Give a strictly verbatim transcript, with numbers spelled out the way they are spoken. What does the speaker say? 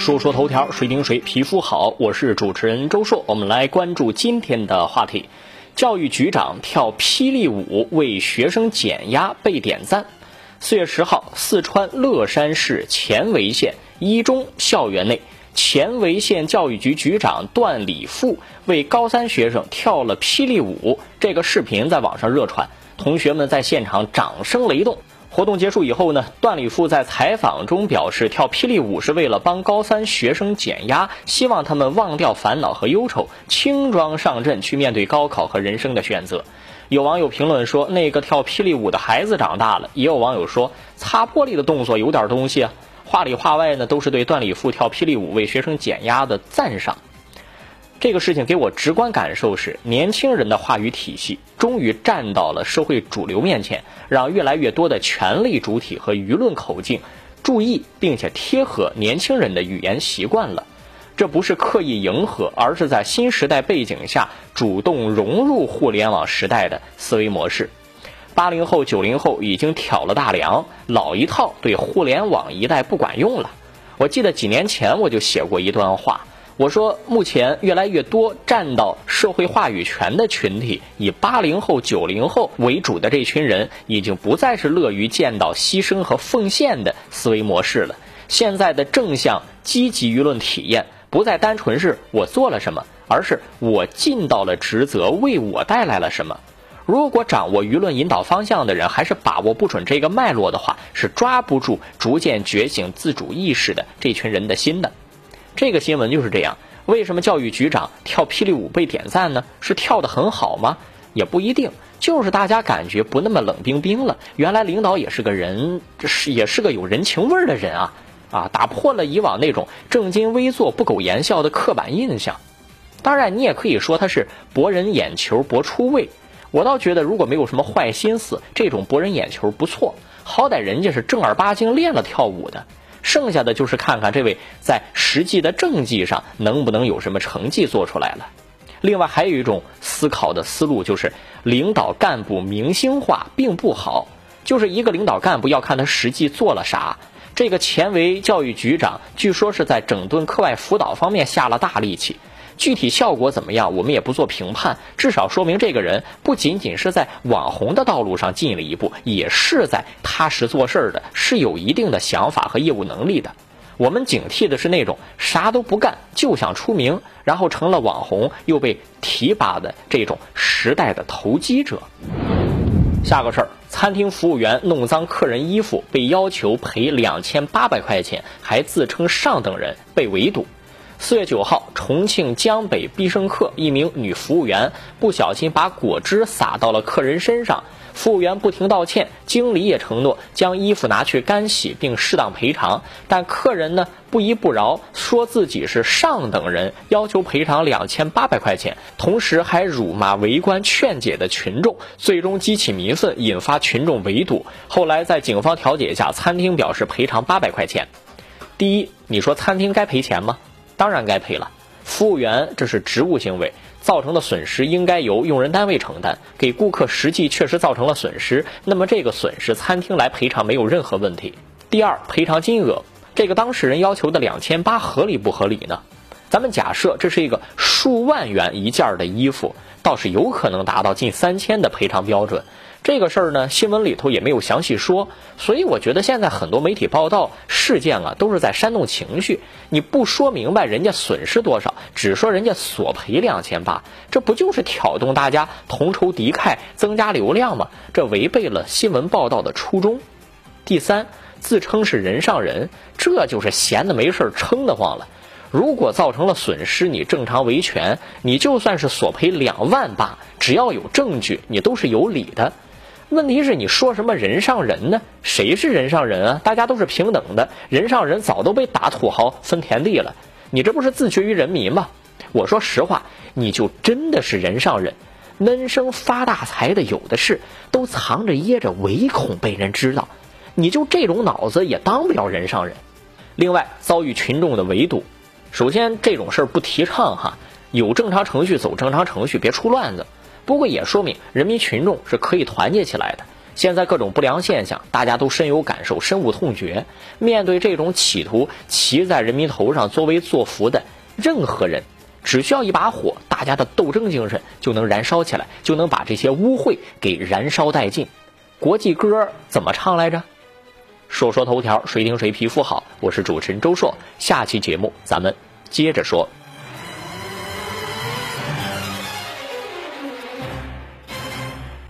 说说头条，谁顶谁皮肤好，我是主持人周硕。我们来关注今天的话题，教育局长跳霹雳舞为学生减压被点赞。四月十号，四川乐山市乾围县一中校园内，乾围县教育局局长段礼富为高三学生跳了霹雳舞，这个视频在网上热传，同学们在现场掌声雷动。活动结束以后呢，段礼富在采访中表示，跳霹雳舞是为了帮高三学生减压，希望他们忘掉烦恼和忧愁，轻装上阵去面对高考和人生的选择。有网友评论说，那个跳霹雳舞的孩子长大了，也有网友说，擦玻璃的动作有点东西啊。话里话外呢，都是对段礼富跳霹雳舞为学生减压的赞赏。这个事情给我直观感受是，年轻人的话语体系终于站到了社会主流面前，让越来越多的权力主体和舆论口径注意并且贴合年轻人的语言习惯了。这不是刻意迎合，而是在新时代背景下主动融入互联网时代的思维模式。八零后、九零后已经挑了大梁，老一套对互联网一代不管用了。我记得几年前我就写过一段话，我说目前越来越多占到社会话语权的群体，以八零后、九零后为主的这群人，已经不再是乐于见到牺牲和奉献的思维模式了。现在的正向积极舆论体验，不再单纯是我做了什么，而是我尽到了职责，为我带来了什么。如果掌握舆论引导方向的人还是把握不准这个脉络的话，是抓不住逐渐觉醒自主意识的这群人的心的。这个新闻就是这样。为什么教育局长跳霹雳舞被点赞呢？是跳得很好吗？也不一定，就是大家感觉不那么冷冰冰了。原来领导也是个人，是也是个有人情味儿的人啊啊！打破了以往那种正襟危坐、不苟言笑的刻板印象。当然，你也可以说他是博人眼球、博出位。我倒觉得，如果没有什么坏心思，这种博人眼球不错。好歹人家是正儿八经练了跳舞的。剩下的就是看看这位在实际的政绩上能不能有什么成绩做出来了。另外还有一种思考的思路，就是领导干部明星化并不好，就是一个领导干部要看他实际做了啥。这个前围教育局长据说是在整顿课外辅导方面下了大力气，具体效果怎么样我们也不做评判，至少说明这个人不仅仅是在网红的道路上进了一步，也是在踏实做事的，是有一定的想法和业务能力的。我们警惕的是那种啥都不干就想出名，然后成了网红又被提拔的这种时代的投机者。下个事儿，餐厅服务员弄脏客人衣服被要求赔两千八百块钱，还自称上等人，被围堵。四月九号，重庆江北必胜客一名女服务员不小心把果汁洒到了客人身上，服务员不停道歉，经理也承诺将衣服拿去干洗并适当赔偿，但客人呢不依不饶，说自己是上等人，要求赔偿两千八百块钱，同时还辱骂围观劝解的群众，最终激起民愤，引发群众围堵。后来在警方调解下，餐厅表示赔偿八百块钱。第一，你说餐厅该赔钱吗？当然该赔了。服务员这是职务行为，造成的损失应该由用人单位承担，给顾客实际确实造成了损失，那么这个损失餐厅来赔偿没有任何问题。第二，赔偿金额，这个当事人要求的两千八合理不合理呢？咱们假设这是一个数万元一件的衣服，倒是有可能达到近三千的赔偿标准。这个事儿呢，新闻里头也没有详细说，所以我觉得现在很多媒体报道事件啊，都是在煽动情绪。你不说明白人家损失多少，只说人家索赔两千八，这不就是挑动大家同仇敌忾，增加流量吗？这违背了新闻报道的初衷。第三，自称是人上人，这就是闲的没事撑得慌了。如果造成了损失，你正常维权，你就算是索赔两万八，只要有证据，你都是有理的。问题是你说什么人上人呢？谁是人上人啊？大家都是平等的，人上人早都被打土豪分田地了，你这不是自绝于人民吗？我说实话，你就真的是人上人，闷声发大财的有的是，都藏着掖着，唯恐被人知道。你就这种脑子也当不了人上人。另外，遭遇群众的围堵，首先这种事儿不提倡哈，有正常程序走正常程序，别出乱子。不过也说明人民群众是可以团结起来的。 现在各种不良现象，大家都深有感受，深恶痛绝。面对这种企图骑在人民头上作威作福的任何人，只需要一把火，大家的斗争精神就能燃烧起来，就能把这些污秽给燃烧殆尽。国际歌怎么唱来着？说说头条，谁听谁皮肤好。我是主持人周硕，下期节目咱们接着说。